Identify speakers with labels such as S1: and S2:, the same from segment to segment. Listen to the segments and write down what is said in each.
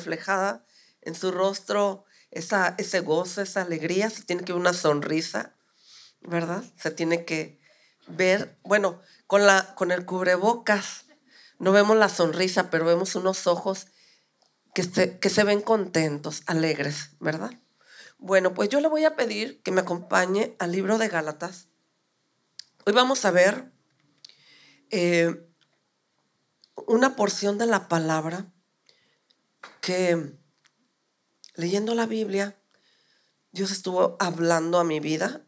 S1: reflejada en su rostro ese gozo, esa alegría, se tiene que ver una sonrisa, ¿verdad? Se tiene que ver, bueno, con el cubrebocas no vemos la sonrisa, pero vemos unos ojos que se ven contentos, alegres, ¿verdad? Bueno, pues yo le voy a pedir que me acompañe al libro de Gálatas. Hoy vamos a ver eh, una porción de la palabra que, leyendo la Biblia, Dios estuvo hablando a mi vida.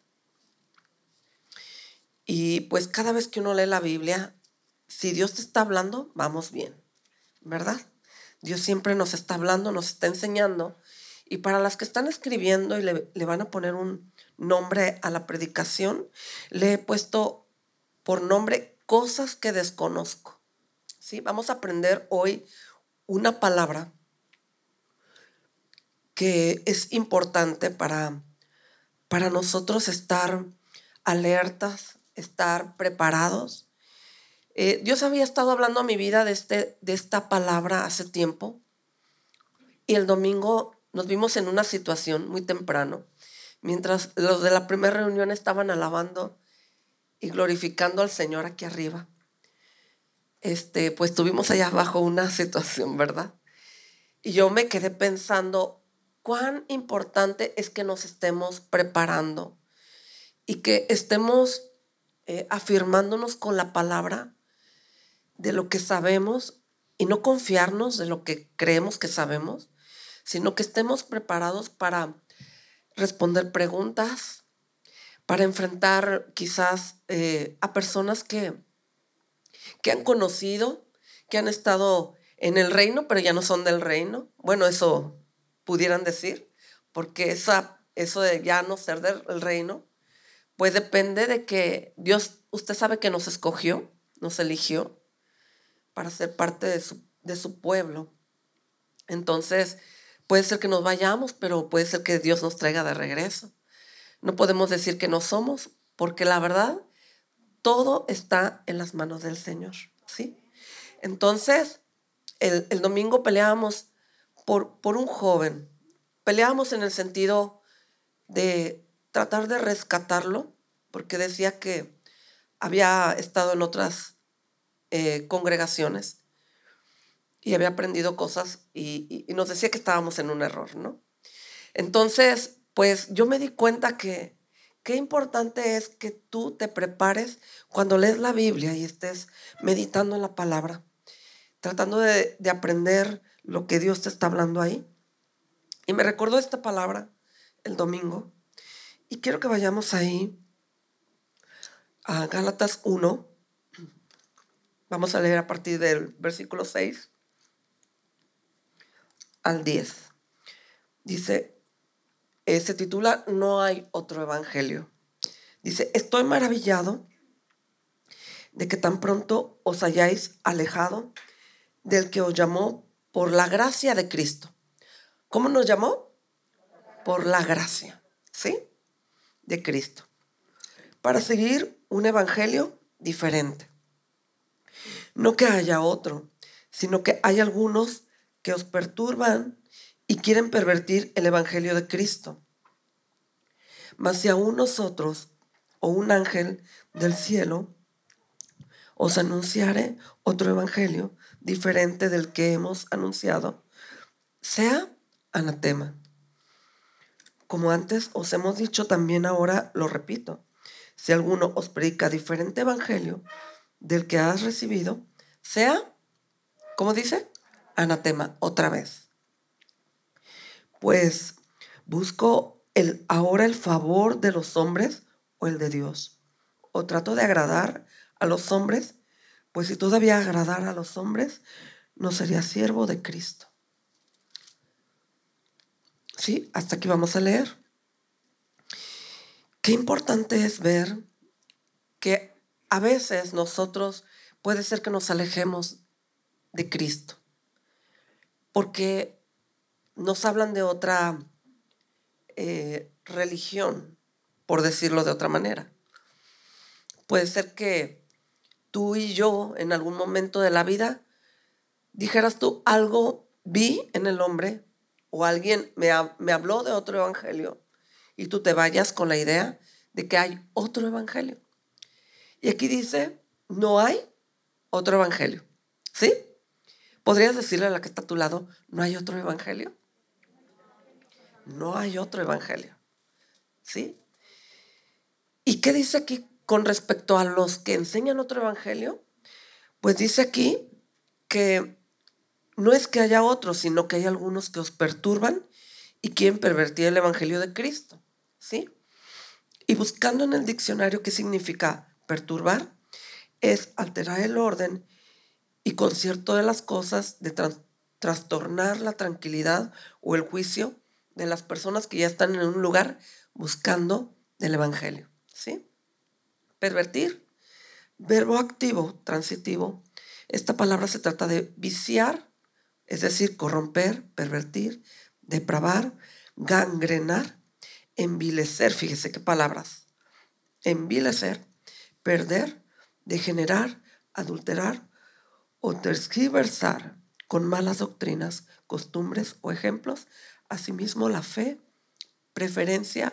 S1: Y pues cada vez que uno lee la Biblia, si Dios te está hablando, vamos bien, ¿verdad? Dios siempre nos está hablando, nos está enseñando. Y para las que están escribiendo y le van a poner un nombre a la predicación, le he puesto por nombre cosas que desconozco. ¿Sí? Vamos a aprender hoy una palabra que es importante para nosotros estar alertas, estar preparados. Dios había estado hablando a mi vida de esta palabra hace tiempo, y el domingo nos vimos en una situación muy temprano, mientras los de la primera reunión estaban alabando y glorificando al Señor aquí arriba. Pues tuvimos allá abajo una situación, ¿verdad? Y yo me quedé pensando cuán importante es que nos estemos preparando y que estemos afirmándonos con la palabra de lo que sabemos, y no confiarnos de lo que creemos que sabemos, sino que estemos preparados para responder preguntas, para enfrentar quizás a personas que han conocido, que han estado en el reino, pero ya no son del reino. Bueno, eso pudieran decir, porque eso de ya no ser del reino, pues depende de que Dios, usted sabe que nos escogió, nos eligió para ser parte de su pueblo. Entonces, puede ser que nos vayamos, pero puede ser que Dios nos traiga de regreso. No podemos decir que no somos, porque la verdad, todo está en las manos del Señor, ¿sí? Entonces, el domingo peleábamos por un joven. Peleábamos en el sentido de tratar de rescatarlo, porque decía que había estado en otras congregaciones y había aprendido cosas, y nos decía que estábamos en un error, ¿no? Entonces, pues yo me di cuenta que qué importante es que tú te prepares cuando lees la Biblia y estés meditando en la palabra, tratando de aprender lo que Dios te está hablando ahí. Y me recordó esta palabra el domingo, y quiero que vayamos ahí a Gálatas 1. Vamos a leer a partir del versículo 6 al 10. Dice, se titula No hay otro evangelio. Dice, estoy maravillado de que tan pronto os hayáis alejado del que os llamó por la gracia de Cristo. ¿Cómo nos llamó? Por la gracia, ¿sí? De Cristo. Para seguir un evangelio diferente. No que haya otro, sino que hay algunos que os perturban y quieren pervertir el evangelio de Cristo. Mas si aún nosotros o un ángel del cielo os anunciare otro evangelio diferente del que hemos anunciado, sea anatema. Como antes os hemos dicho, también ahora lo repito. Si alguno os predica diferente evangelio del que has recibido, sea, ¿cómo dice? Anatema, otra vez. Pues busco ahora el favor de los hombres o el de Dios. O trato de agradar a los hombres, pues si todavía agradara a los hombres, no sería siervo de Cristo. Sí, hasta aquí vamos a leer. Qué importante es ver que a veces nosotros puede ser que nos alejemos de Cristo, porque nos hablan de otra religión, por decirlo de otra manera. Puede ser que tú y yo en algún momento de la vida dijeras tú algo vi en el hombre o alguien me habló de otro evangelio y tú te vayas con la idea de que hay otro evangelio. Y aquí dice, no hay otro evangelio. ¿Sí? ¿Podrías decirle a la que está a tu lado, no hay otro evangelio? No hay otro evangelio. ¿Sí? ¿Y qué dice aquí con respecto a los que enseñan otro evangelio? Pues dice aquí que no es que haya otros, sino que hay algunos que os perturban y quieren pervertir el evangelio de Cristo. ¿Sí? Y buscando en el diccionario qué significa perturbar, es alterar el orden y concierto de las cosas, de trastornar la tranquilidad o el juicio de las personas que ya están en un lugar buscando del evangelio. ¿Sí? Pervertir, verbo activo, transitivo. Esta palabra se trata de viciar, es decir, corromper, pervertir, depravar, gangrenar, envilecer. Fíjese qué palabras. Envilecer, perder, degenerar, adulterar o tergiversar con malas doctrinas, costumbres o ejemplos, asimismo la fe, preferencia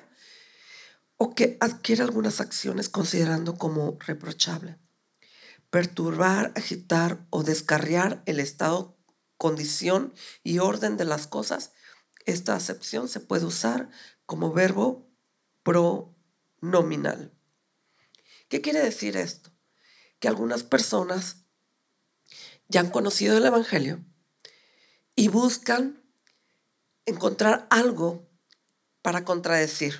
S1: o que adquiere algunas acciones considerando como reprochable. Perturbar, agitar o descarriar el estado, condición y orden de las cosas. Esta acepción se puede usar como verbo pronominal. ¿Qué quiere decir esto? Que algunas personas ya han conocido el evangelio y buscan encontrar algo para contradecir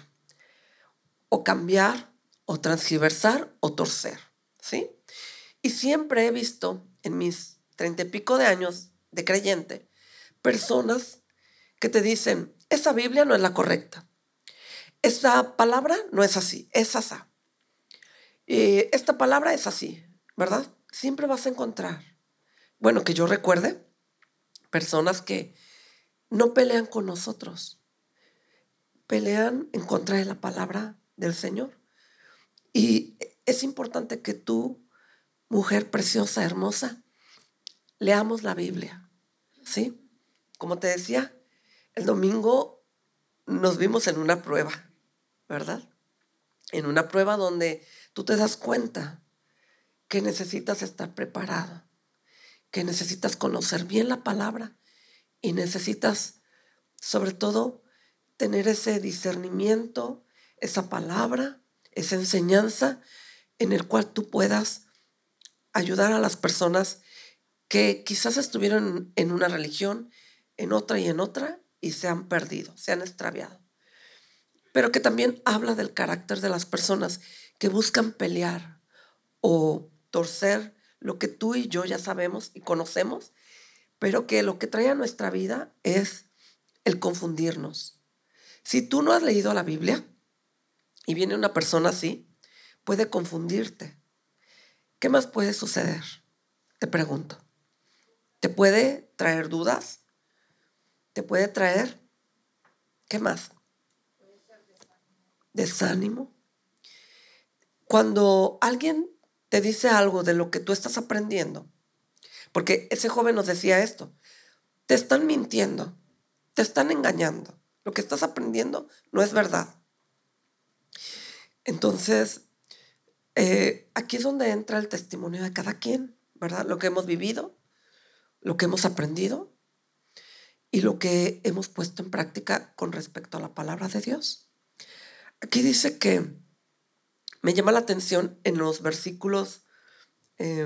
S1: o cambiar o transgiversar o torcer, ¿sí? Y siempre he visto en mis 30 y pico de años de creyente personas que te dicen, esa Biblia no es la correcta, esta palabra no es así, es asá. Esta palabra es así, ¿verdad? Siempre vas a encontrar, bueno, que yo recuerde, personas que no pelean con nosotros, pelean en contra de la palabra del Señor. Y es importante que tú, mujer preciosa, hermosa, leamos la Biblia, ¿sí? Como te decía, el domingo nos vimos en una prueba, ¿verdad? En una prueba donde tú te das cuenta que necesitas estar preparado, que necesitas conocer bien la palabra y necesitas, sobre todo, tener ese discernimiento, esa palabra, esa enseñanza en el cual tú puedas ayudar a las personas que quizás estuvieron en una religión, en otra y se han perdido, se han extraviado. Pero que también habla del carácter de las personas que buscan pelear o torcer lo que tú y yo ya sabemos y conocemos, pero que lo que trae a nuestra vida es el confundirnos. Si tú no has leído la Biblia y viene una persona así, puede confundirte. ¿Qué más puede suceder? Te pregunto. ¿Te puede traer dudas? ¿Te puede traer, qué más? Desánimo. Cuando alguien te dice algo de lo que tú estás aprendiendo, porque ese joven nos decía esto, te están mintiendo, te están engañando, lo que estás aprendiendo no es verdad. Entonces, aquí es donde entra el testimonio de cada quien, ¿verdad? Lo que hemos vivido, lo que hemos aprendido y lo que hemos puesto en práctica con respecto a la palabra de Dios. Aquí dice que me llama la atención en los versículos eh,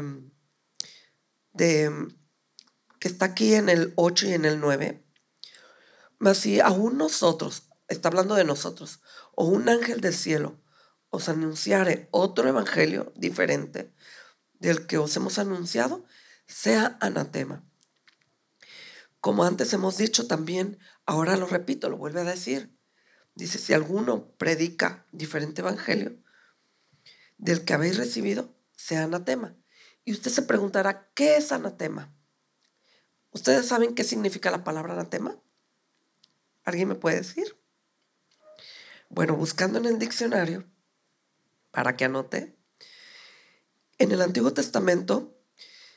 S1: de, que está aquí en el 8 y en el 9. Mas si aún nosotros, está hablando de nosotros, o un ángel del cielo os anunciare otro evangelio diferente del que os hemos anunciado, sea anatema. Como antes hemos dicho también, ahora lo repito, lo vuelve a decir. Dice, si alguno predica diferente evangelio del que habéis recibido, sea anatema. Y usted se preguntará, ¿qué es anatema? ¿Ustedes saben qué significa la palabra anatema? ¿Alguien me puede decir? Bueno, buscando en el diccionario, para que anote, en el Antiguo Testamento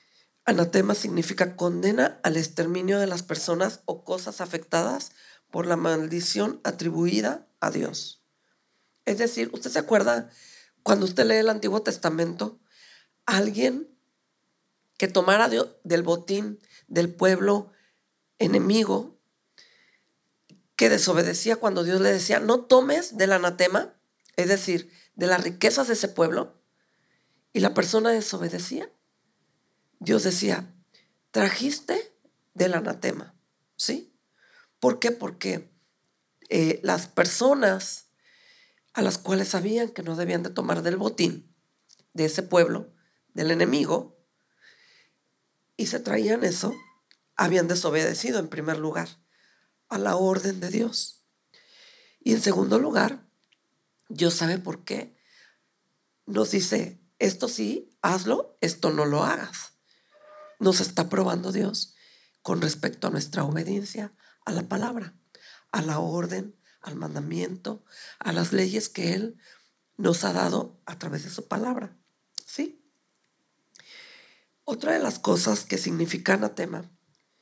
S1: Anatema significa condena al exterminio de las personas o cosas afectadas por la maldición atribuida a Dios. Es decir, ¿usted se acuerda cuando usted lee el Antiguo Testamento? Alguien que tomara del botín del pueblo enemigo, que desobedecía cuando Dios le decía, no tomes del anatema, es decir, de las riquezas de ese pueblo, y la persona desobedecía. Dios decía, trajiste del anatema, ¿sí? ¿Por qué? Porque las personas a las cuales sabían que no debían de tomar del botín de ese pueblo, del enemigo, y se traían eso, habían desobedecido en primer lugar a la orden de Dios. Y en segundo lugar, Dios sabe por qué nos dice, esto sí, hazlo, esto no lo hagas. Nos está probando Dios con respecto a nuestra obediencia a la palabra, a la orden, al mandamiento, a las leyes que Él nos ha dado a través de su palabra. ¿Sí? Otra de las cosas que significa anatema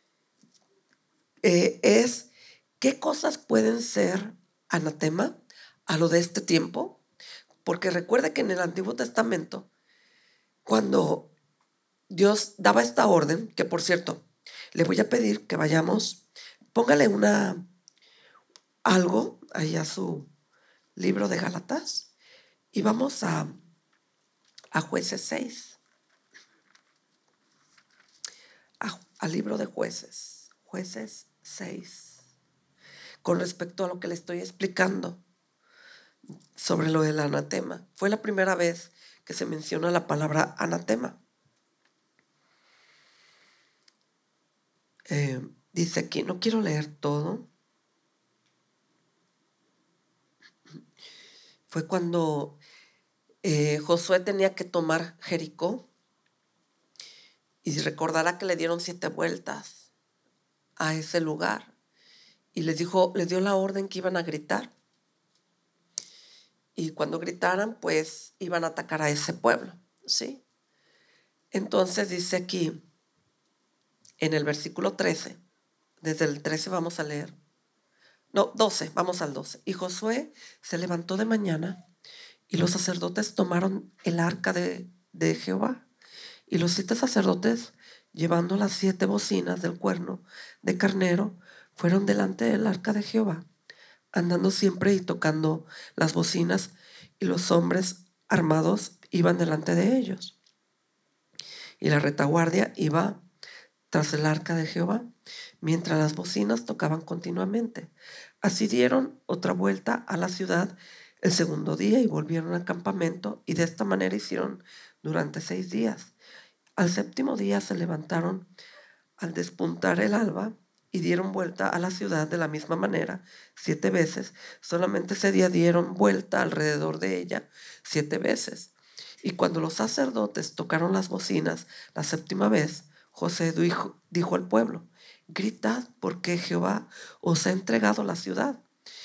S1: es qué cosas pueden ser anatema a lo de este tiempo. Porque recuerde que en el Antiguo Testamento, cuando Dios daba esta orden, que por cierto, le voy a pedir que vayamos, póngale algo ahí a su libro de Gálatas y vamos a Jueces 6, al libro de Jueces 6, con respecto a lo que le estoy explicando sobre lo del anatema. Fue la primera vez que se menciona la palabra anatema. Dice aquí, no quiero leer todo. Fue cuando Josué tenía que tomar Jericó y recordará que le dieron 7 vueltas a ese lugar y les dio la orden que iban a gritar. Y cuando gritaran, pues iban a atacar a ese pueblo, ¿sí? Entonces dice aquí, en el versículo 13, desde el 13 vamos a leer. No, 12, vamos al 12. Y Josué se levantó de mañana y los sacerdotes tomaron el arca de Jehová. Y los 7 sacerdotes, llevando las 7 bocinas del cuerno de carnero, fueron delante del arca de Jehová, andando siempre y tocando las bocinas, y los hombres armados iban delante de ellos. Y la retaguardia iba tras el arca de Jehová, mientras las bocinas tocaban continuamente. Así dieron otra vuelta a la ciudad el segundo día y volvieron al campamento, y de esta manera hicieron durante 6 días. Al séptimo día se levantaron al despuntar el alba y dieron vuelta a la ciudad de la misma manera 7 veces. Solamente ese día dieron vuelta alrededor de ella 7 veces. Y cuando los sacerdotes tocaron las bocinas la 7ª vez, José dijo al pueblo, gritad porque Jehová os ha entregado la ciudad,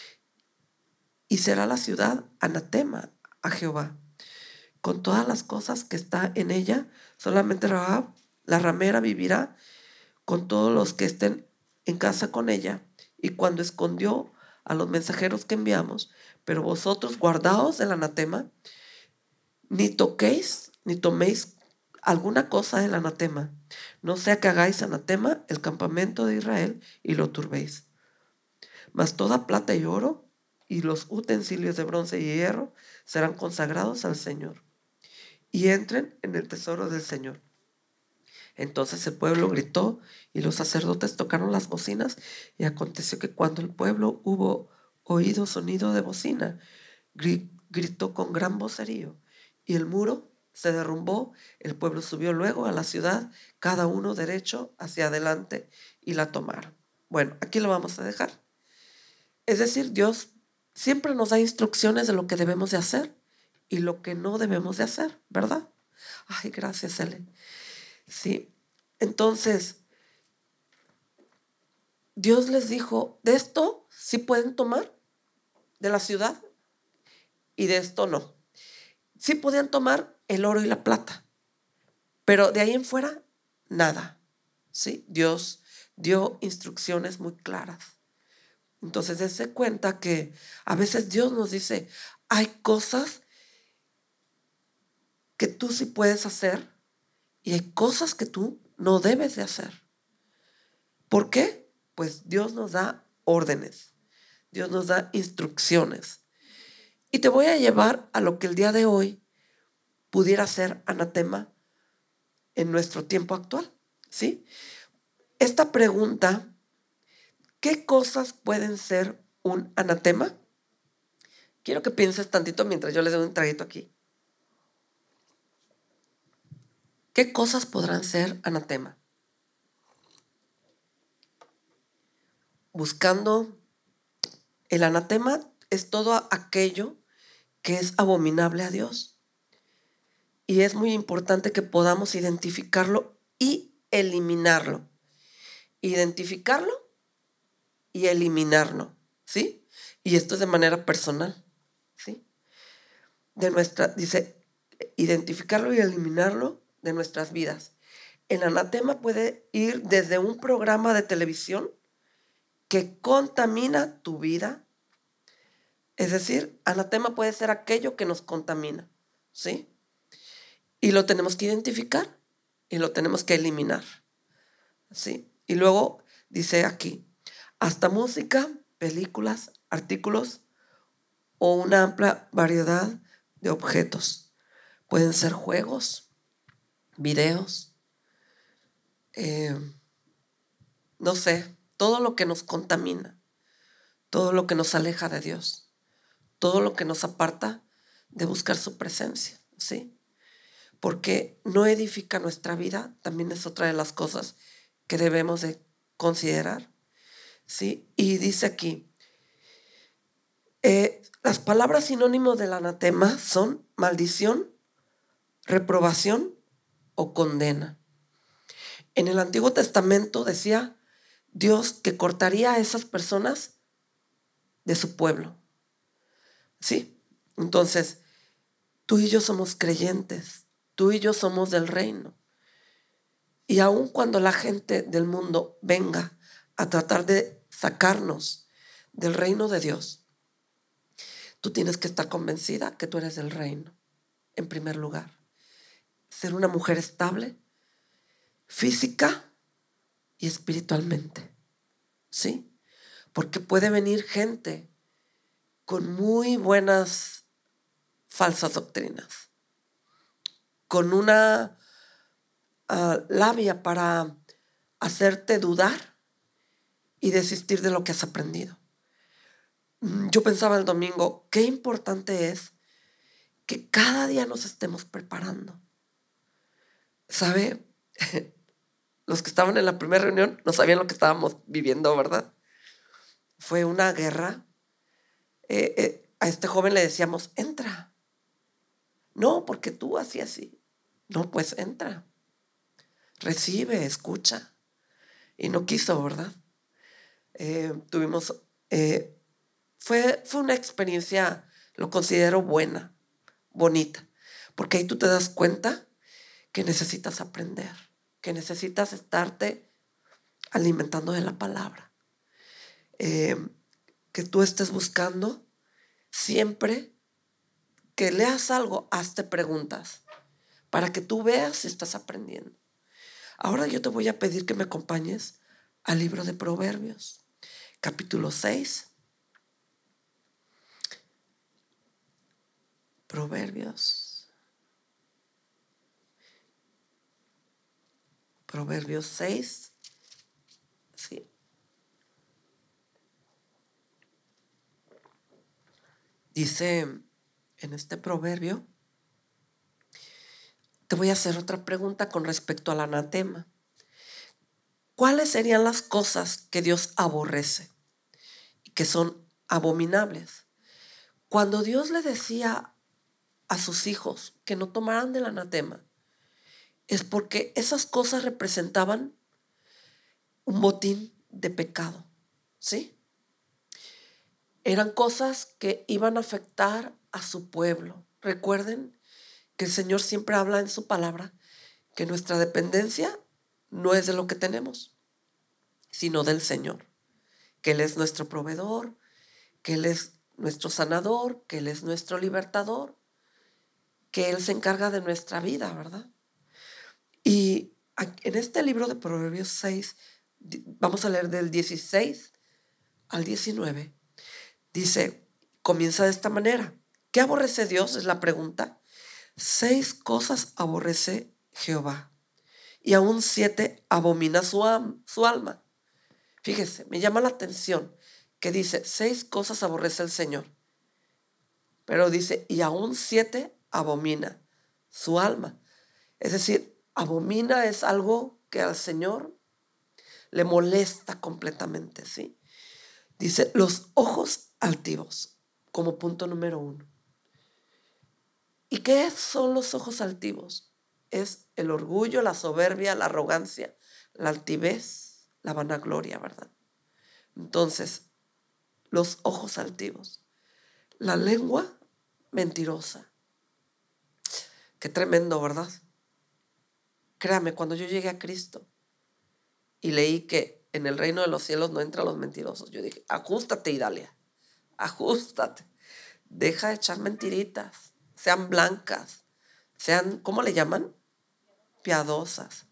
S1: y será la ciudad anatema a Jehová, con todas las cosas que está en ella. Solamente Rahab, la ramera, vivirá con todos los que estén en casa con ella. Y cuando escondió a los mensajeros que enviamos, pero vosotros guardaos del anatema, ni toquéis ni toméis alguna cosa del anatema, no sea que hagáis anatema el campamento de Israel y lo turbéis. Mas toda plata y oro y los utensilios de bronce y hierro serán consagrados al Señor, y entren en el tesoro del Señor. Entonces el pueblo gritó y los sacerdotes tocaron las bocinas, y aconteció que cuando el pueblo hubo oído sonido de bocina, gritó con gran vocerío, y el muro se derrumbó. El pueblo subió luego a la ciudad, cada uno derecho hacia adelante, y la tomaron. Bueno, aquí lo vamos a dejar. Es decir, Dios siempre nos da instrucciones de lo que debemos de hacer y lo que no debemos de hacer, ¿verdad? Ay, gracias, Ellen. Sí, entonces Dios les dijo, de esto sí pueden tomar, de la ciudad, y de esto no. Sí podían tomar el oro y la plata, pero de ahí en fuera, nada, ¿sí? Dios dio instrucciones muy claras. Entonces, dése cuenta que a veces Dios nos dice, hay cosas que tú sí puedes hacer y hay cosas que tú no debes de hacer. ¿Por qué? Pues Dios nos da órdenes, Dios nos da instrucciones. Y te voy a llevar a lo que el día de hoy pudiera ser anatema en nuestro tiempo actual, ¿sí? Esta pregunta, ¿qué cosas pueden ser un anatema? Quiero que pienses tantito mientras yo les doy un traguito aquí. ¿Qué cosas podrán ser anatema? Buscando el anatema es todo aquello que es abominable a Dios. Y es muy importante que podamos identificarlo y eliminarlo. Identificarlo y eliminarlo, ¿sí? Y esto es de manera personal, ¿sí? Dice, identificarlo y eliminarlo de nuestras vidas. El anatema puede ir desde un programa de televisión que contamina tu vida. Es decir, anatema puede ser aquello que nos contamina, ¿sí? Y lo tenemos que identificar y lo tenemos que eliminar, ¿sí? Y luego dice aquí, hasta música, películas, artículos o una amplia variedad de objetos. Pueden ser juegos, videos, no sé, todo lo que nos contamina, todo lo que nos aleja de Dios, todo lo que nos aparta de buscar su presencia, ¿sí? Porque no edifica nuestra vida, también es otra de las cosas que debemos de considerar, ¿sí? Y dice aquí, las palabras sinónimos del anatema son maldición, reprobación o condena. En el Antiguo Testamento decía Dios que cortaría a esas personas de su pueblo, ¿sí? Entonces, tú y yo somos creyentes, tú y yo somos del reino. Y aun cuando la gente del mundo venga a tratar de sacarnos del reino de Dios, tú tienes que estar convencida que tú eres del reino, en primer lugar. Ser una mujer estable, física y espiritualmente, ¿sí? Porque puede venir gente con muy buenas falsas doctrinas, con una labia para hacerte dudar y desistir de lo que has aprendido. Yo pensaba el domingo, qué importante es que cada día nos estemos preparando. ¿Sabe? Los que estaban en la primera reunión no sabían lo que estábamos viviendo, ¿verdad? Fue una guerra. A este joven le decíamos, entra. No, porque tú así, así. No, pues entra. Recibe, escucha. Y no quiso, ¿verdad? Fue una experiencia, lo considero buena, bonita, porque ahí tú te das cuenta que necesitas aprender, que necesitas estarte alimentando de la palabra, que tú estés buscando siempre que leas algo, hazte preguntas para que tú veas si estás aprendiendo. Ahora yo te voy a pedir que me acompañes al libro de Proverbios, capítulo 6. Proverbios 6, sí. Dice en este proverbio, te voy a hacer otra pregunta con respecto al anatema. ¿Cuáles serían las cosas que Dios aborrece y que son abominables? Cuando Dios le decía a sus hijos que no tomaran del anatema, es porque esas cosas representaban un botín de pecado, ¿sí? Eran cosas que iban a afectar a su pueblo. Recuerden que el Señor siempre habla en su palabra que nuestra dependencia no es de lo que tenemos, sino del Señor, que Él es nuestro proveedor, que Él es nuestro sanador, que Él es nuestro libertador, que Él se encarga de nuestra vida, ¿verdad? Y en este libro de Proverbios 6, vamos a leer del 16 al 19, dice, comienza de esta manera. ¿Qué aborrece Dios? Es la pregunta. 6 cosas aborrece Jehová, y aún 7 abomina su alma. Fíjese, me llama la atención que dice, 6 cosas aborrece el Señor, pero dice, y aún 7 abomina su alma. Es decir, abomina es algo que al Señor le molesta completamente, ¿sí? Dice, los ojos altivos, como punto número 1. ¿Y qué son los ojos altivos? Es el orgullo, la soberbia, la arrogancia, la altivez, la vanagloria, ¿verdad? Entonces, los ojos altivos. La lengua mentirosa. Qué tremendo, ¿verdad? Créame, cuando yo llegué a Cristo y leí que en el reino de los cielos no entran los mentirosos, yo dije, ajustate, Idalia, ajustate. Deja de echar mentiritas, sean blancas, sean, ¿cómo le llaman? Piadosas.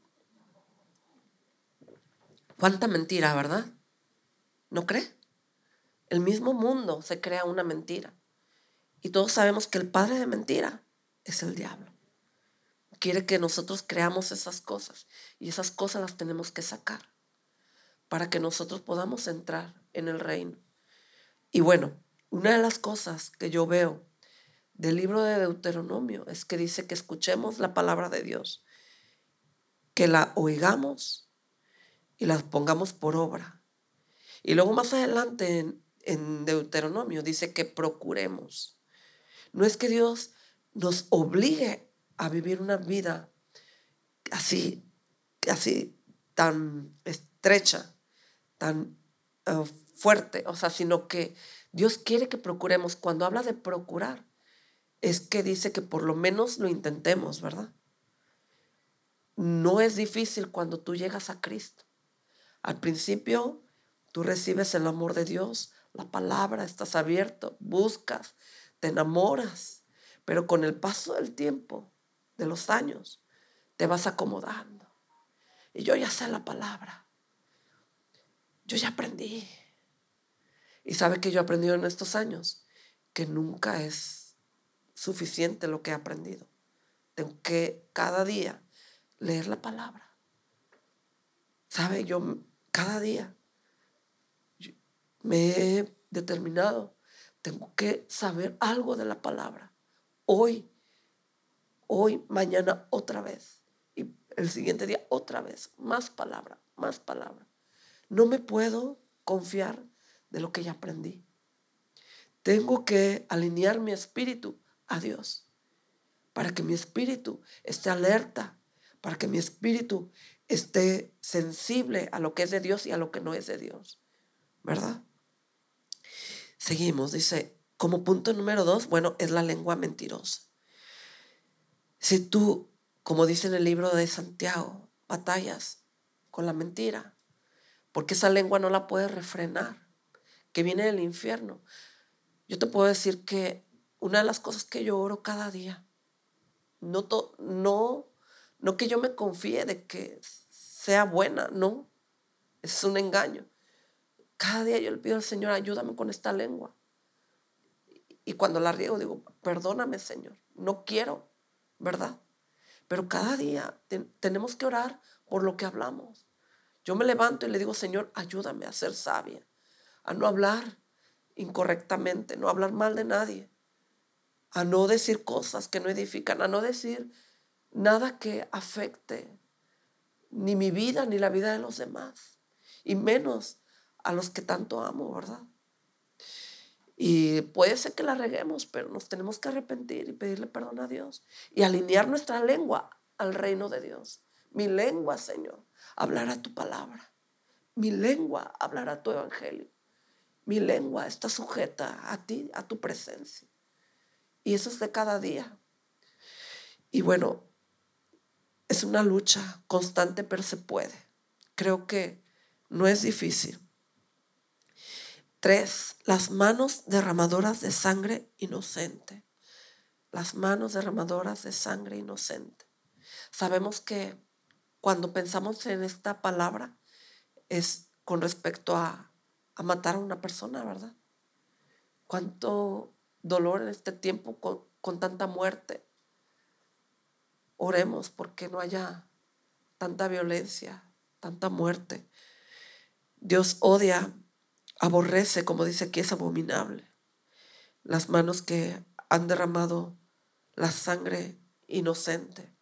S1: ¿Cuánta mentira, verdad? ¿No cree? El mismo mundo se crea una mentira. Y todos sabemos que el padre de mentira es el diablo. Quiere que nosotros creamos esas cosas. Y esas cosas las tenemos que sacar para que nosotros podamos entrar en el reino. Y bueno, una de las cosas que yo veo del libro de Deuteronomio es que dice que escuchemos la palabra de Dios, que la oigamos y la pongamos por obra. Y luego más adelante en Deuteronomio dice que procuremos. No es que Dios nos obligue a vivir una vida así, así tan estrecha, tan fuerte, o sea, sino que Dios quiere que procuremos. Cuando habla de procurar, es que dice que por lo menos lo intentemos, ¿verdad? No es difícil cuando tú llegas a Cristo. Al principio, tú recibes el amor de Dios, la palabra, estás abierto, buscas, te enamoras, pero con el paso del tiempo, de los años, te vas acomodando. Y yo ya sé la palabra, yo ya aprendí. Y sabe que yo he aprendido en estos años que nunca es suficiente lo que he aprendido. Tengo que cada día leer la palabra. Sabe, yo cada día me he determinado, tengo que saber algo de la palabra. Hoy, mañana otra vez. Y el siguiente día otra vez. Más palabra, más palabra. No me puedo confiar de lo que ya aprendí. Tengo que alinear mi espíritu a Dios para que mi espíritu esté alerta, para que mi espíritu esté sensible a lo que es de Dios y a lo que no es de Dios, ¿verdad? Seguimos, dice, como punto número 2, bueno, es la lengua mentirosa. Si tú, como dice en el libro de Santiago, batallas con la mentira, porque esa lengua no la puedes refrenar, que viene del infierno. Yo te puedo decir que una de las cosas que yo oro cada día, no que yo me confíe de que sea buena, no, es un engaño. Cada día yo le pido al Señor, ayúdame con esta lengua. Y cuando la riego digo, perdóname, Señor, no quiero, ¿verdad? Pero cada día tenemos que orar por lo que hablamos. Yo me levanto y le digo, Señor, ayúdame a ser sabia, a no hablar incorrectamente, no hablar mal de nadie, a no decir cosas que no edifican, a no decir nada que afecte ni mi vida ni la vida de los demás, y menos a los que tanto amo, ¿verdad? Y puede ser que la reguemos, pero nos tenemos que arrepentir y pedirle perdón a Dios y alinear nuestra lengua al reino de Dios. Mi lengua, Señor, hablará tu palabra. Mi lengua hablará tu evangelio. Mi lengua está sujeta a ti, a tu presencia. Y eso es de cada día. Y bueno, Es una lucha constante, pero se puede. Creo que no es difícil. 3, las manos derramadoras de sangre inocente. Las manos derramadoras de sangre inocente. Sabemos que cuando pensamos en esta palabra es con respecto a matar a una persona, ¿verdad? Cuánto dolor en este tiempo con tanta muerte. Oremos porque no haya tanta violencia, tanta muerte. Dios odia, aborrece, como dice aquí, es abominable. Las manos que han derramado la sangre inocente.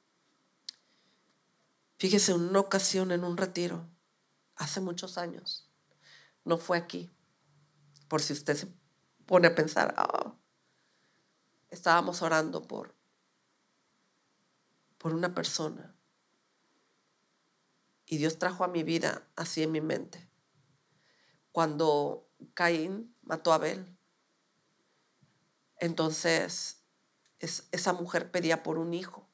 S1: Fíjese, en una ocasión en un retiro, hace muchos años, no fue aquí, por si usted se pone a pensar, estábamos orando por una persona y Dios trajo a mi vida así en mi mente. Cuando Caín mató a Abel, entonces esa mujer pedía por un hijo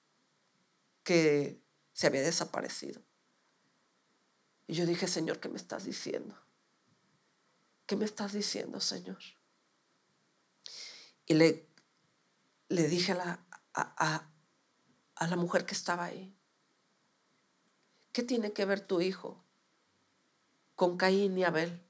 S1: que se había desaparecido. Y yo dije, Señor, ¿qué me estás diciendo? ¿Qué me estás diciendo, Señor? Y le dije a la mujer que estaba ahí, ¿qué tiene que ver tu hijo con Caín y Abel?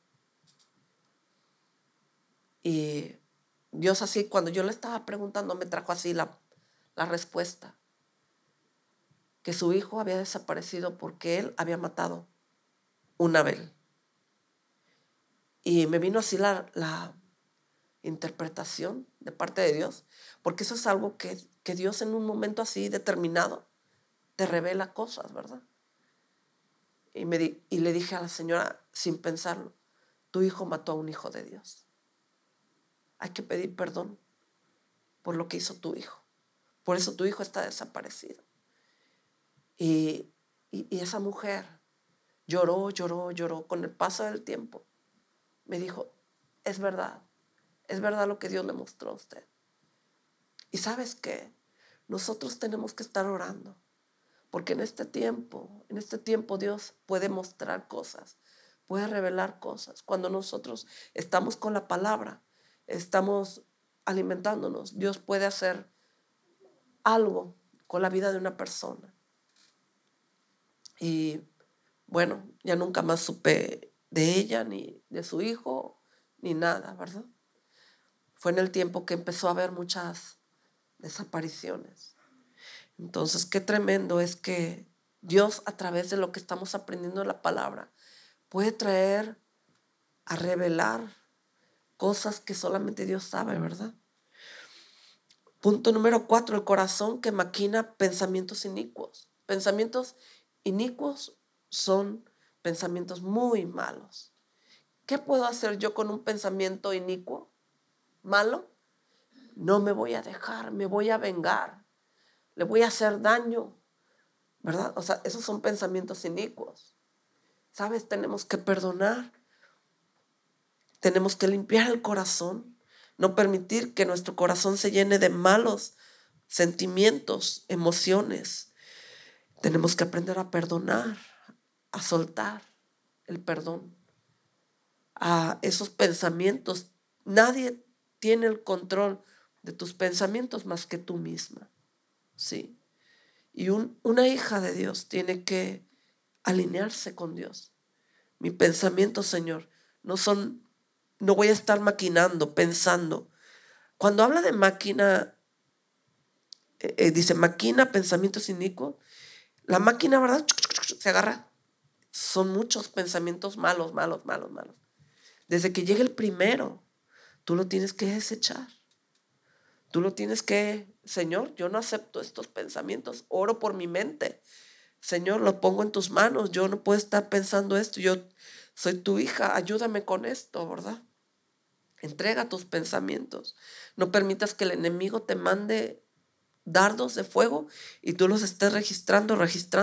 S1: Y Dios así, cuando yo le estaba preguntando, me trajo así la respuesta, que su hijo había desaparecido porque él había matado un Abel. Y me vino así la interpretación de parte de Dios, porque eso es algo que Dios en un momento así determinado te revela cosas, ¿verdad? Y le dije a la señora, sin pensarlo, tu hijo mató a un hijo de Dios. Hay que pedir perdón por lo que hizo tu hijo. Por eso tu hijo está desaparecido. Y esa mujer lloró. Con el paso del tiempo me dijo, es verdad lo que Dios le mostró a usted. Y ¿sabes qué? Nosotros tenemos que estar orando, porque en este tiempo Dios puede mostrar cosas, puede revelar cosas. Cuando nosotros estamos con la palabra, estamos alimentándonos, Dios puede hacer algo con la vida de una persona. Y bueno, ya nunca más supe de ella, ni de su hijo, ni nada, ¿verdad? Fue en el tiempo que empezó a haber muchas desapariciones. Entonces, qué tremendo es que Dios, a través de lo que estamos aprendiendo de la palabra, puede traer a revelar cosas que solamente Dios sabe, ¿verdad? Punto número 4, el corazón que maquina pensamientos inicuos. Pensamientos inicuos son pensamientos muy malos. ¿Qué puedo hacer yo con un pensamiento inicuo, malo? No me voy a dejar, me voy a vengar, le voy a hacer daño, ¿verdad? O sea, esos son pensamientos inicuos. ¿Sabes? Tenemos que perdonar, tenemos que limpiar el corazón, no permitir que nuestro corazón se llene de malos sentimientos, emociones. Tenemos que aprender a perdonar, a soltar el perdón a esos pensamientos. Nadie tiene el control de tus pensamientos más que tú misma, ¿sí? Y una hija de Dios tiene que alinearse con Dios. Mi pensamiento, Señor, no voy a estar maquinando, pensando. Cuando habla de máquina, dice máquina, pensamientos inicuos. La máquina, ¿verdad? Se agarra. Son muchos pensamientos malos. Desde que llegue el primero, tú lo tienes que desechar. Tú lo tienes que, Señor, yo no acepto estos pensamientos. Oro por mi mente. Señor, lo pongo en tus manos. Yo no puedo estar pensando esto. Yo soy tu hija. Ayúdame con esto, ¿verdad? Entrega tus pensamientos. No permitas que el enemigo te mande dardos de fuego y tú los estés registrando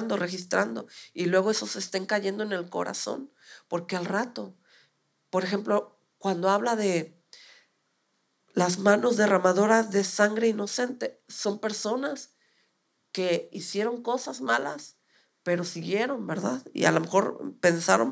S1: y luego esos estén cayendo en el corazón. Porque al rato, por ejemplo, cuando habla de las manos derramadoras de sangre inocente, son personas que hicieron cosas malas, pero siguieron, ¿verdad? Y a lo mejor pensaron.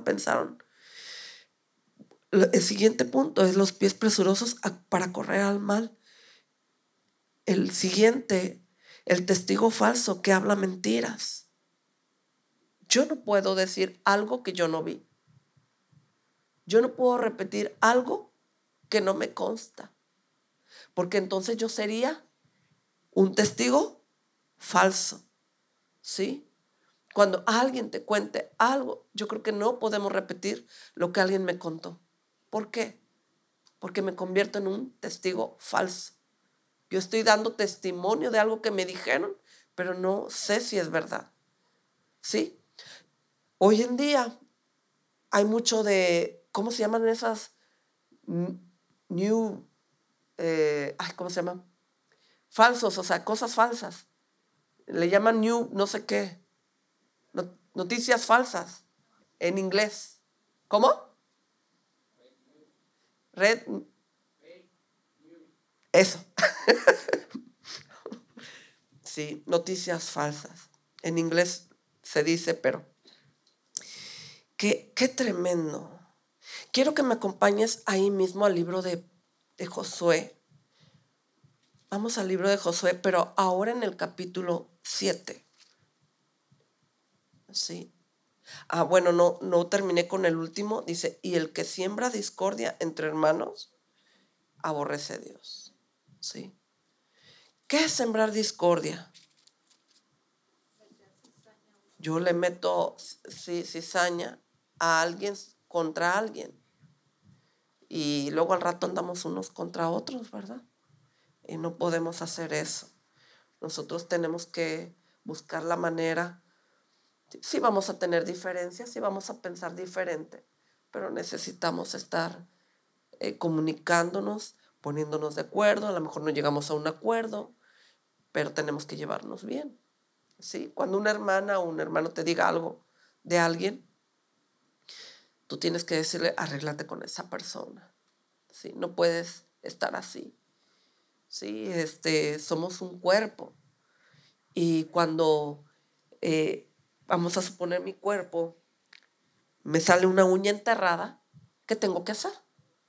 S1: El siguiente punto es los pies presurosos para correr al mal. El siguiente, el testigo falso que habla mentiras. Yo no puedo decir algo que yo no vi. Yo no puedo repetir algo que no me consta, porque entonces yo sería un testigo falso, ¿sí? Cuando alguien te cuente algo, yo creo que no podemos repetir lo que alguien me contó. ¿Por qué? Porque me convierto en un testigo falso. Yo estoy dando testimonio de algo que me dijeron, pero no sé si es verdad, ¿sí? Hoy en día hay mucho de, ¿cómo se llaman esas? New, ¿cómo se llama? Falsos, o sea, cosas falsas. Le llaman new no sé qué. Noticias falsas en inglés. ¿Cómo? Red. Eso. Sí, noticias falsas. En inglés se dice, pero qué tremendo. Quiero que me acompañes ahí mismo al libro de Josué. Vamos al libro de Josué, pero ahora en el capítulo 7. Sí. Bueno, no terminé con el último. Dice, y el que siembra discordia entre hermanos, aborrece a Dios. ¿Sí? ¿Qué es sembrar discordia? Yo le meto cizaña a alguien contra alguien. Y luego al rato andamos unos contra otros, ¿verdad? Y no podemos hacer eso. Nosotros tenemos que buscar la manera. Sí vamos a tener diferencias, sí vamos a pensar diferente, pero necesitamos estar comunicándonos, poniéndonos de acuerdo. A lo mejor no llegamos a un acuerdo, pero tenemos que llevarnos bien, ¿sí? Cuando una hermana o un hermano te diga algo de alguien, tú tienes que decirle, arréglate con esa persona, ¿sí? No puedes estar así, ¿sí? Somos un cuerpo. Y cuando, vamos a suponer mi cuerpo, me sale una uña enterrada, ¿qué tengo que hacer?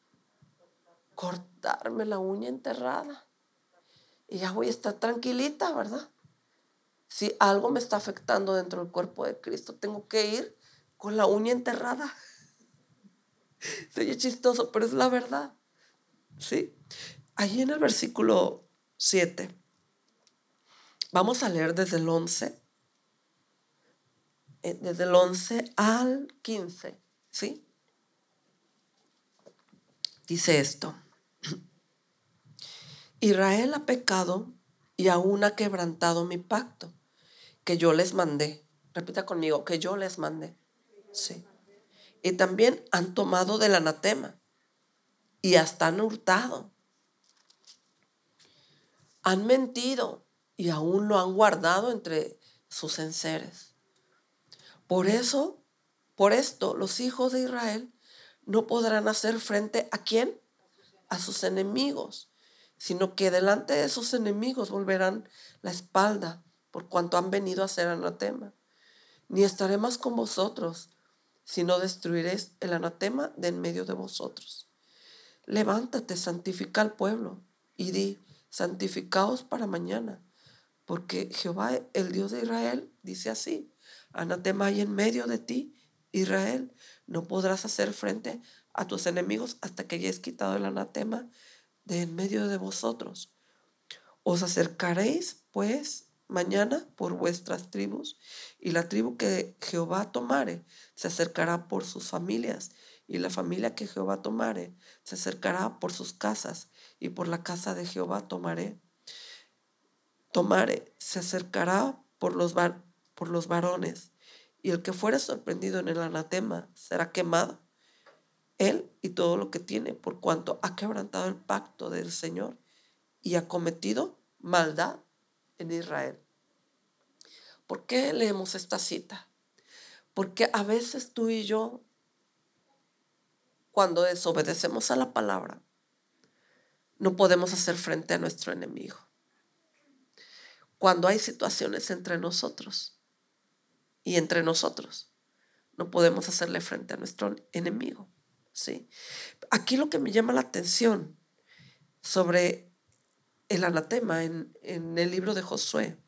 S1: Cortarme la uña enterrada. Y ya voy a estar tranquilita, ¿verdad? Si algo me está afectando dentro del cuerpo de Cristo, tengo que ir con la uña enterrada. Se oye chistoso, pero es la verdad, ¿sí? Allí en el versículo 7, vamos a leer desde el 11, desde el 11 al 15, ¿sí? Dice esto: Israel ha pecado y aún ha quebrantado mi pacto que yo les mandé. Repita conmigo, que yo les mandé. Sí. Y también han tomado del anatema y hasta han hurtado. Han mentido y aún lo han guardado entre sus enseres. Por esto, los hijos de Israel no podrán hacer frente ¿a quién? A sus enemigos, sino que delante de sus enemigos volverán la espalda por cuanto han venido a ser anatema. Ni estaré más con vosotros, sino destruiréis el anatema de en medio de vosotros. Levántate, santifica al pueblo y di, santificaos para mañana, porque Jehová, el Dios de Israel, dice así: anatema hay en medio de ti, Israel, no podrás hacer frente a tus enemigos hasta que hayáis quitado el anatema de en medio de vosotros. Os acercaréis, pues, mañana por vuestras tribus, y la tribu que Jehová tomare se acercará por sus familias, y la familia que Jehová tomare se acercará por sus casas, y por la casa de Jehová tomare se acercará por los varones, y el que fuere sorprendido en el anatema será quemado, él y todo lo que tiene, por cuanto ha quebrantado el pacto del Señor y ha cometido maldad en Israel. ¿Por qué leemos esta cita? Porque a veces tú y yo, cuando desobedecemos a la palabra, no podemos hacer frente a nuestro enemigo. cuando hay situaciones entre nosotros y entre nosotros. No podemos hacerle frente a nuestro enemigo, ¿sí? Aquí lo que me llama la atención sobre el anatema en el libro de Josué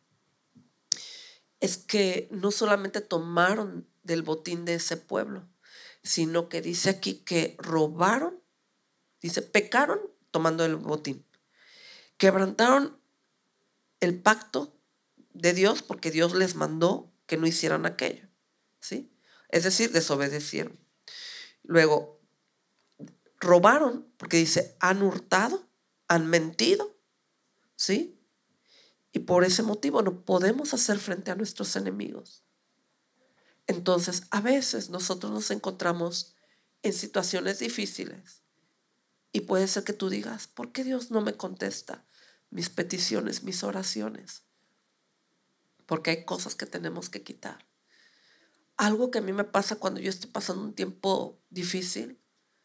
S1: es que no solamente tomaron del botín de ese pueblo, sino que dice aquí que robaron, dice, pecaron tomando el botín, quebrantaron el pacto de Dios porque Dios les mandó que no hicieran aquello, ¿sí? Es decir, desobedecieron. Luego, robaron porque dice, han hurtado, han mentido, ¿sí? Y por ese motivo no podemos hacer frente a nuestros enemigos. Entonces, a veces nosotros nos encontramos en situaciones difíciles y puede ser que tú digas, ¿por qué Dios no me contesta mis peticiones, mis oraciones? Porque hay cosas que tenemos que quitar. Algo que a mí me pasa cuando yo estoy pasando un tiempo difícil,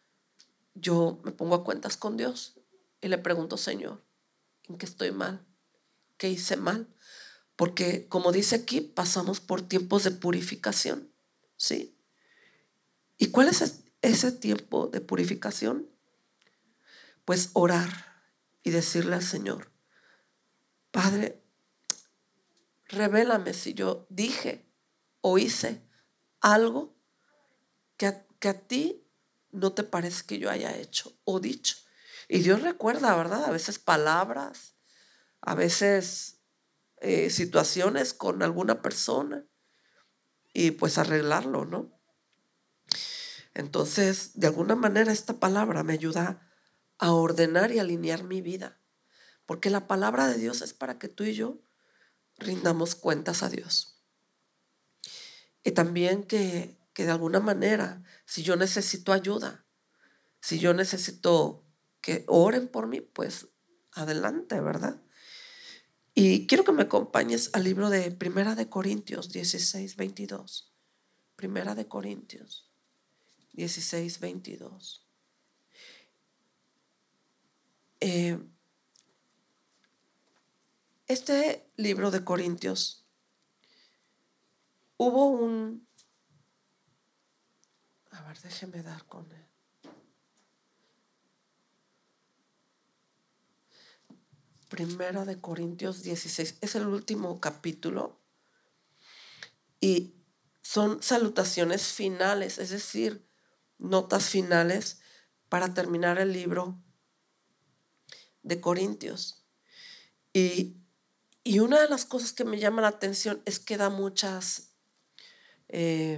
S1: yo me pongo a cuentas con Dios y le pregunto, Señor, ¿en qué estoy mal? ¿Qué hice mal? Porque como dice aquí, pasamos por tiempos de purificación, ¿sí? ¿Y cuál es ese tiempo de purificación? Pues orar y decirle al Señor, Padre, revélame si yo dije o hice algo que a ti no te parece que yo haya hecho o dicho. Y Dios recuerda, ¿verdad? A veces palabras, a veces situaciones con alguna persona y pues arreglarlo, ¿no? Entonces, de alguna manera esta palabra me ayuda a ordenar y alinear mi vida, porque la palabra de Dios es para que tú y yo rindamos cuentas a Dios. Y también que de alguna manera, si yo necesito ayuda, si yo necesito que oren por mí, pues adelante, ¿verdad? Y quiero que me acompañes al libro de Primera de Corintios 16:22. Primera de Corintios 16:22. Eh, este libro de Corintios, hubo a ver, déjeme dar con él. Primera de Corintios 16, es el último capítulo y son salutaciones finales, es decir, notas finales para terminar el libro de Corintios. Y una de las cosas que me llama la atención es que da muchas eh,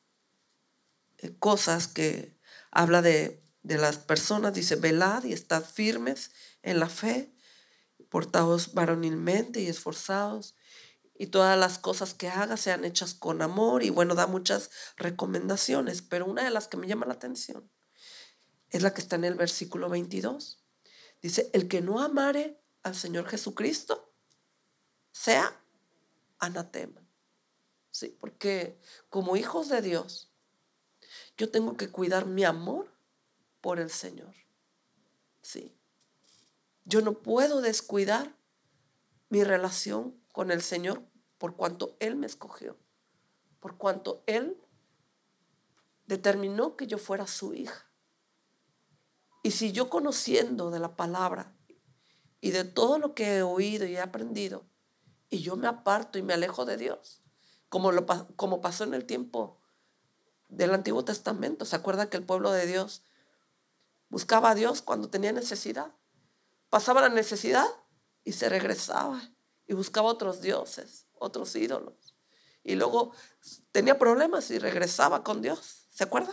S1: cosas que habla de las personas. Dice, velad y estad firmes en la fe, portaos varonilmente y esforzados, y todas las cosas que hagas sean hechas con amor. Y bueno, da muchas recomendaciones, pero una de las que me llama la atención es la que está en el versículo 22. Dice, el que no amare al Señor Jesucristo sea anatema. Sí, porque como hijos de Dios, yo tengo que cuidar mi amor por el Señor. Sí. Yo no puedo descuidar mi relación con el Señor por cuanto Él me escogió, por cuanto Él determinó que yo fuera su hija. Y si yo, conociendo de la palabra y de todo lo que he oído y he aprendido, y yo me aparto y me alejo de Dios, como pasó en el tiempo del Antiguo Testamento. ¿Se acuerda que el pueblo de Dios buscaba a Dios cuando tenía necesidad? Pasaba la necesidad y se regresaba y buscaba otros dioses, otros ídolos. Y luego tenía problemas y regresaba con Dios. ¿Se acuerda?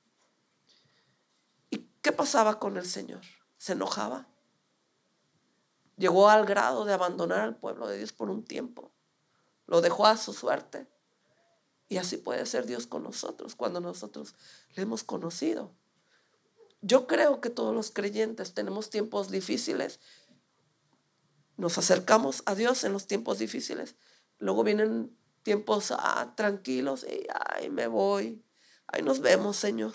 S1: ¿Y qué pasaba con el Señor? Se enojaba. Llegó al grado de abandonar al pueblo de Dios por un tiempo. Lo dejó a su suerte. Y así puede ser Dios con nosotros cuando nosotros le hemos conocido. Yo creo que todos los creyentes tenemos tiempos difíciles. Nos acercamos a Dios en los tiempos difíciles. Luego vienen tiempos tranquilos y me voy. Ahí nos vemos, Señor.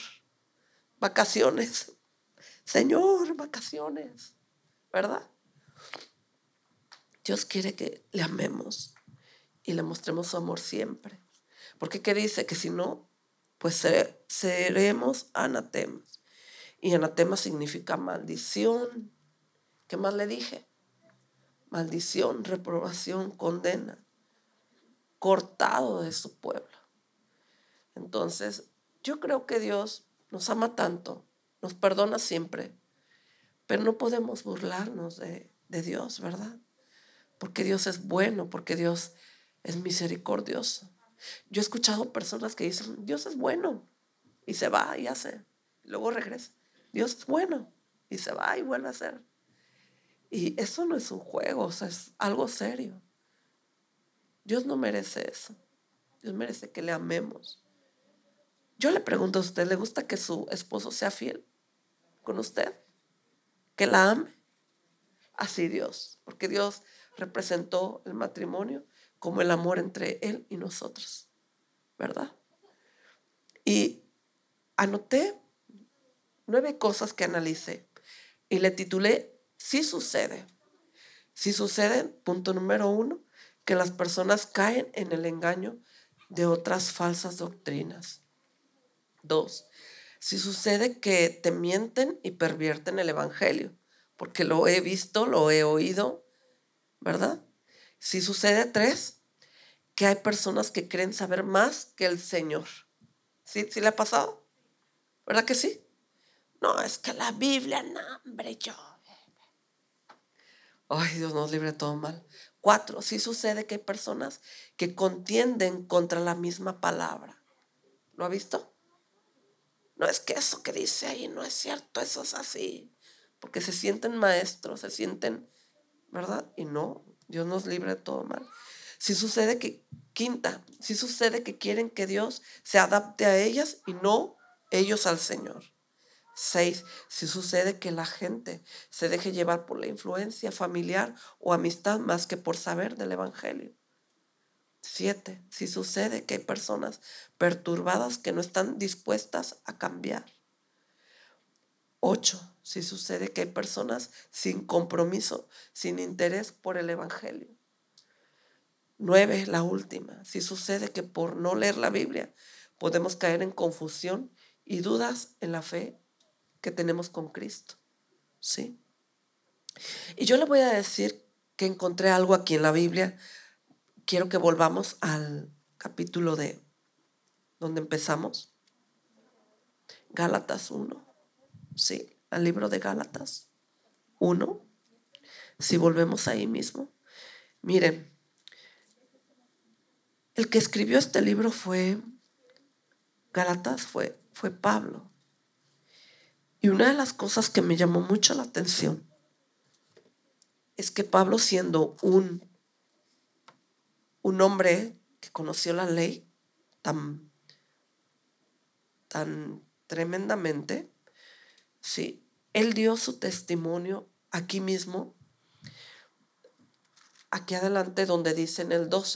S1: Vacaciones. Señor, vacaciones. ¿Verdad? Dios quiere que le amemos y le mostremos su amor siempre. Porque ¿qué dice? Que si no, pues seremos anatemas. Y anatema significa maldición. ¿Qué más le dije? Maldición, reprobación, condena, cortado de su pueblo. Entonces, yo creo que Dios nos ama tanto, nos perdona siempre, pero no podemos burlarnos de Dios, ¿verdad? Porque Dios es bueno, porque Dios es misericordioso. Yo he escuchado personas que dicen, Dios es bueno, y se va y hace, y luego regresa. Dios es bueno, y se va y vuelve a hacer. Y eso no es un juego, o sea, es algo serio. Dios no merece eso. Dios merece que le amemos. Yo le pregunto a usted, ¿le gusta que su esposo sea fiel con usted? ¿Que la ame? Así Dios, porque Dios representó el matrimonio como el amor entre Él y nosotros, ¿verdad? Y anoté 9 cosas que analicé y le titulé "Sí sucede". Sí sucede, punto número 1, que las personas caen en el engaño de otras falsas doctrinas. 2, si sucede que te mienten y pervierten el evangelio, porque lo he visto, lo he oído, ¿verdad? Si sucede 3, que hay personas que creen saber más que el Señor. ¿Sí, sí le ha pasado? ¿Verdad que sí? No, es que la Biblia, no, hombre, yo. Ay, Dios nos libre de todo mal. 4, sí sucede que hay personas que contienden contra la misma palabra. ¿Lo ha visto? No es que eso que dice ahí no es cierto, eso es así. Porque se sienten maestros, se sienten, ¿verdad? Y no, Dios nos libre de todo mal. Si sucede que, quinta, si sucede que quieren que Dios se adapte a ellas y no ellos al Señor. 6, si sucede que la gente se deje llevar por la influencia familiar o amistad más que por saber del Evangelio. 7, si sucede que hay personas perturbadas que no están dispuestas a cambiar. 8, si sucede que hay personas sin compromiso, sin interés por el Evangelio. 9, la última, si sucede que por no leer la Biblia podemos caer en confusión y dudas en la fe que tenemos con Cristo. ¿Sí? Y yo le voy a decir que encontré algo aquí en la Biblia. Quiero que volvamos al capítulo de donde empezamos. Gálatas 1. Sí, al libro de Gálatas 1. Si volvemos ahí mismo. Miren, el que escribió este libro fue Gálatas, fue Pablo. Y una de las cosas que me llamó mucho la atención es que Pablo, siendo un hombre que conoció la ley tan tremendamente, sí, él dio su testimonio aquí mismo, aquí adelante donde dice en el 12.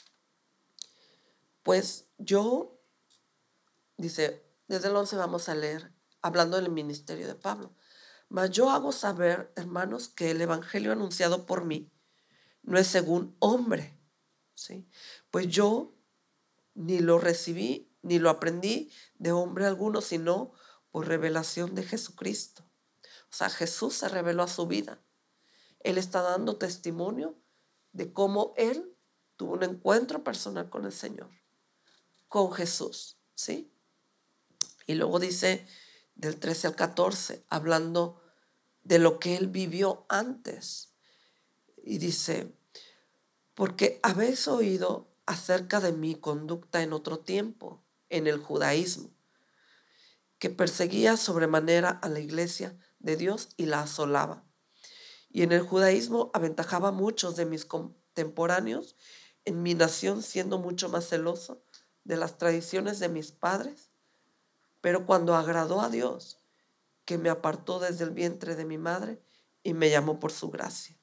S1: Pues yo, dice, desde el 11 vamos a leer, hablando del ministerio de Pablo. Mas yo hago saber, hermanos, que el evangelio anunciado por mí no es según hombre, ¿sí? Pues yo ni lo recibí, ni lo aprendí de hombre alguno, sino por revelación de Jesucristo. O sea, Jesús se reveló a su vida. Él está dando testimonio de cómo él tuvo un encuentro personal con el Señor, con Jesús, ¿sí? Y luego dice del 13 al 14, hablando de lo que él vivió antes. Y dice, porque habéis oído acerca de mi conducta en otro tiempo, en el judaísmo, que perseguía sobremanera a la iglesia de Dios y la asolaba. Y en el judaísmo aventajaba a muchos de mis contemporáneos en mi nación, siendo mucho más celoso de las tradiciones de mis padres. Pero cuando agradó a Dios, que me apartó desde el vientre de mi madre y me llamó por su gracia.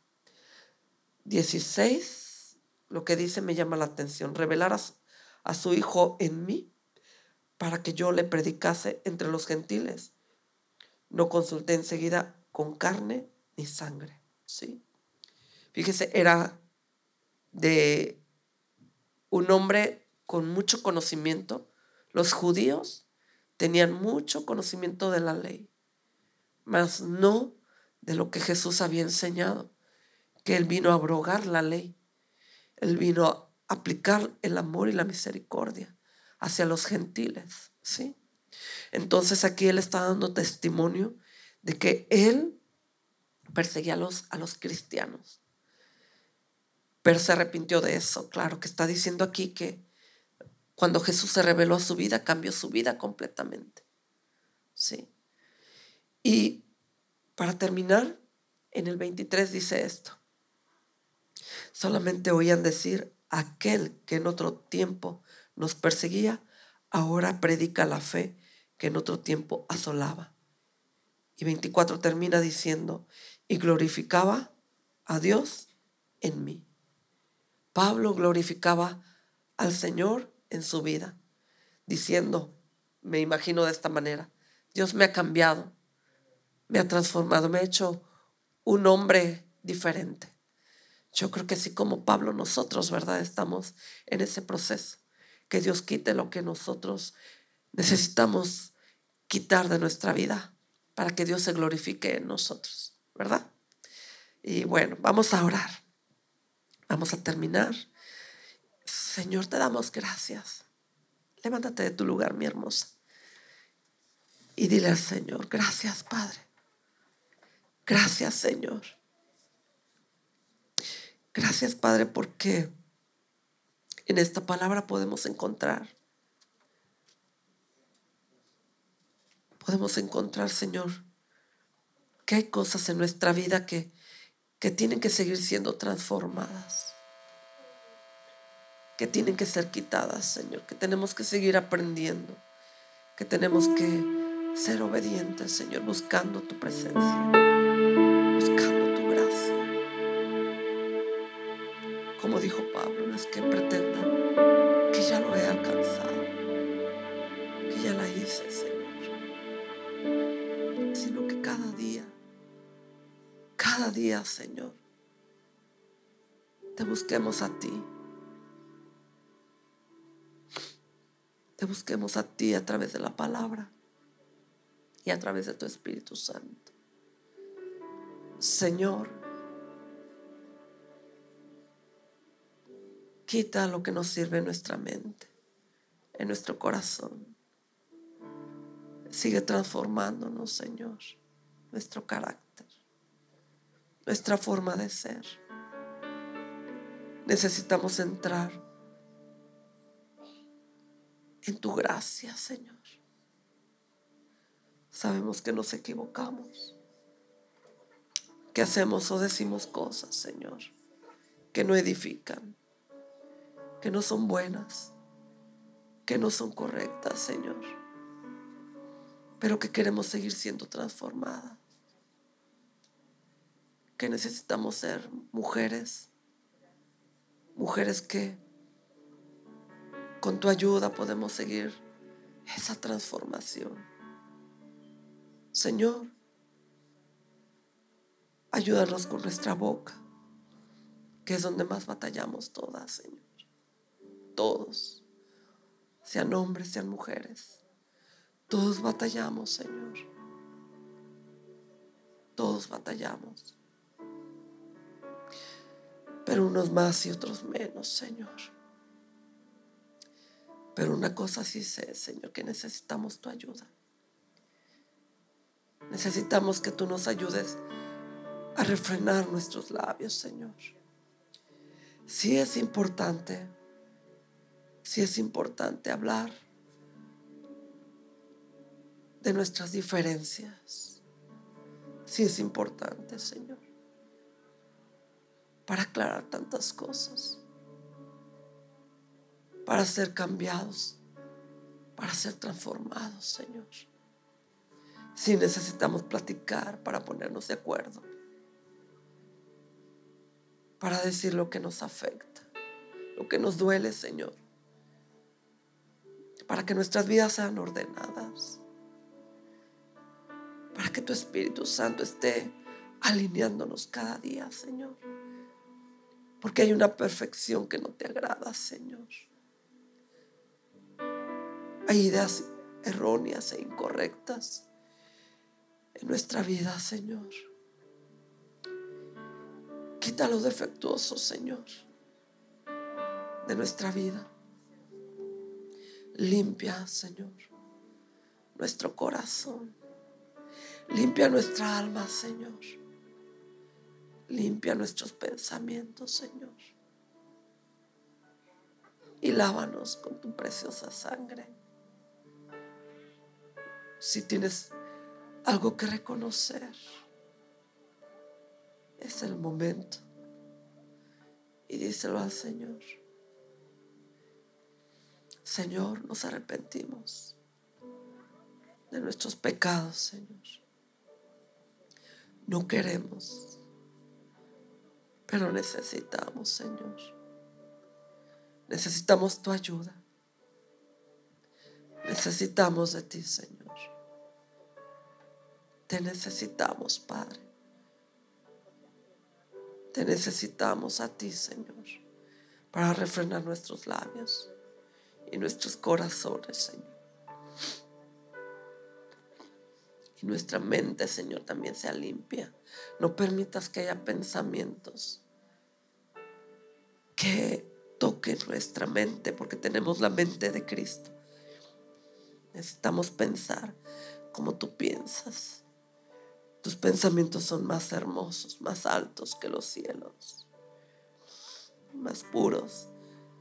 S1: 16, lo que dice me llama la atención. Revelar a su Hijo en mí para que yo le predicase entre los gentiles. No consulté enseguida con carne ni sangre. ¿Sí? Fíjese, era de un hombre con mucho conocimiento. Los judíos tenían mucho conocimiento de la ley, mas no de lo que Jesús había enseñado, que Él vino a abrogar la ley. Él vino a aplicar el amor y la misericordia hacia los gentiles, ¿sí? Entonces aquí Él está dando testimonio de que Él perseguía a los cristianos, pero se arrepintió de eso. Claro que está diciendo aquí que cuando Jesús se reveló a su vida, cambió su vida completamente, ¿sí? Y para terminar, en el 23 dice esto: solamente oían decir, aquel que en otro tiempo nos perseguía, ahora predica la fe que en otro tiempo asolaba. Y 24 termina diciendo, y glorificaba a Dios en mí. Pablo glorificaba al Señor en su vida, diciendo, me imagino de esta manera: Dios me ha cambiado, me ha transformado, me ha hecho un hombre diferente. Yo creo que así como Pablo, nosotros, ¿verdad?, estamos en ese proceso. Que Dios quite lo que nosotros necesitamos quitar de nuestra vida para que Dios se glorifique en nosotros, ¿verdad? Y bueno, vamos a orar. Vamos a terminar. Señor, te damos gracias. Levántate de tu lugar, mi hermosa, y dile al Señor, gracias, Padre. Gracias, Señor. Gracias, Padre, porque en esta palabra podemos encontrar, Señor, que hay cosas en nuestra vida que tienen que seguir siendo transformadas, que tienen que ser quitadas, Señor, que tenemos que seguir aprendiendo, que tenemos que ser obedientes, Señor, buscando tu presencia, buscando tu gracia. Como dijo Pablo, no es que pretenda que ya lo he alcanzado, que ya la hice, Señor, sino que cada día, Señor, te busquemos a ti. Te busquemos a ti a través de la palabra y a través de tu Espíritu Santo. Señor, quita lo que nos sirve en nuestra mente, en nuestro corazón. Sigue transformándonos, Señor, nuestro carácter, nuestra forma de ser. Necesitamos entrar en tu gracia, Señor. Sabemos que nos equivocamos, que hacemos o decimos cosas, Señor, que no edifican, que no son buenas, que no son correctas, Señor, pero que queremos seguir siendo transformadas, que necesitamos ser mujeres que con tu ayuda podemos seguir esa transformación. Señor, ayúdanos con nuestra boca, que es donde más batallamos todas, Señor. Todos, sean hombres, sean mujeres, todos batallamos, Señor. Todos batallamos, pero unos más y otros menos, Señor. Pero una cosa sí sé, Señor, que necesitamos tu ayuda. Necesitamos que tú nos ayudes a refrenar nuestros labios, Señor. Sí es importante hablar de nuestras diferencias. Sí es importante, Señor, para aclarar tantas cosas, para ser cambiados, para ser transformados, Señor. Sí necesitamos platicar para ponernos de acuerdo, para decir lo que nos afecta, lo que nos duele, Señor, para que nuestras vidas sean ordenadas, para que tu Espíritu Santo esté alineándonos cada día, Señor, porque hay una perfección que no te agrada, Señor. Hay ideas erróneas e incorrectas en nuestra vida, Señor. Quita lo defectuoso, Señor, de nuestra vida. Limpia, Señor, nuestro corazón. Limpia nuestra alma, Señor. Limpia nuestros pensamientos, Señor. Y lávanos con tu preciosa sangre. Si tienes algo que reconocer, es el momento. Y díselo al Señor. Señor, nos arrepentimos de nuestros pecados, Señor. No queremos, pero necesitamos, Señor. Necesitamos tu ayuda. Necesitamos de ti, Señor. Te necesitamos, Padre. Te necesitamos a ti, Señor, para refrenar nuestros labios y nuestros corazones, Señor. Y nuestra mente, Señor, también sea limpia. No permitas que haya pensamientos que toquen nuestra mente, porque tenemos la mente de Cristo. Necesitamos pensar como tú piensas. Tus pensamientos son más hermosos, más altos que los cielos, más puros,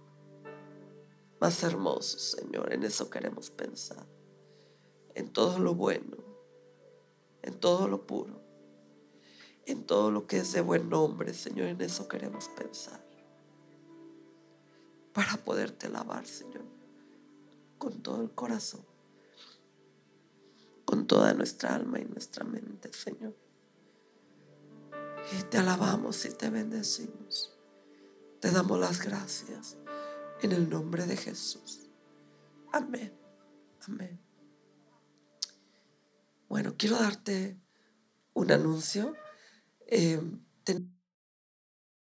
S1: más hermosos, Señor. En eso queremos pensar. En todo lo bueno, en todo lo puro, en todo lo que es de buen nombre, Señor. En eso queremos pensar. Para poderte alabar, Señor, con todo el corazón, con toda nuestra alma y nuestra mente, Señor. Y te alabamos y te bendecimos. Te damos las gracias en el nombre de Jesús. Amén. Amén. Bueno, quiero darte un anuncio.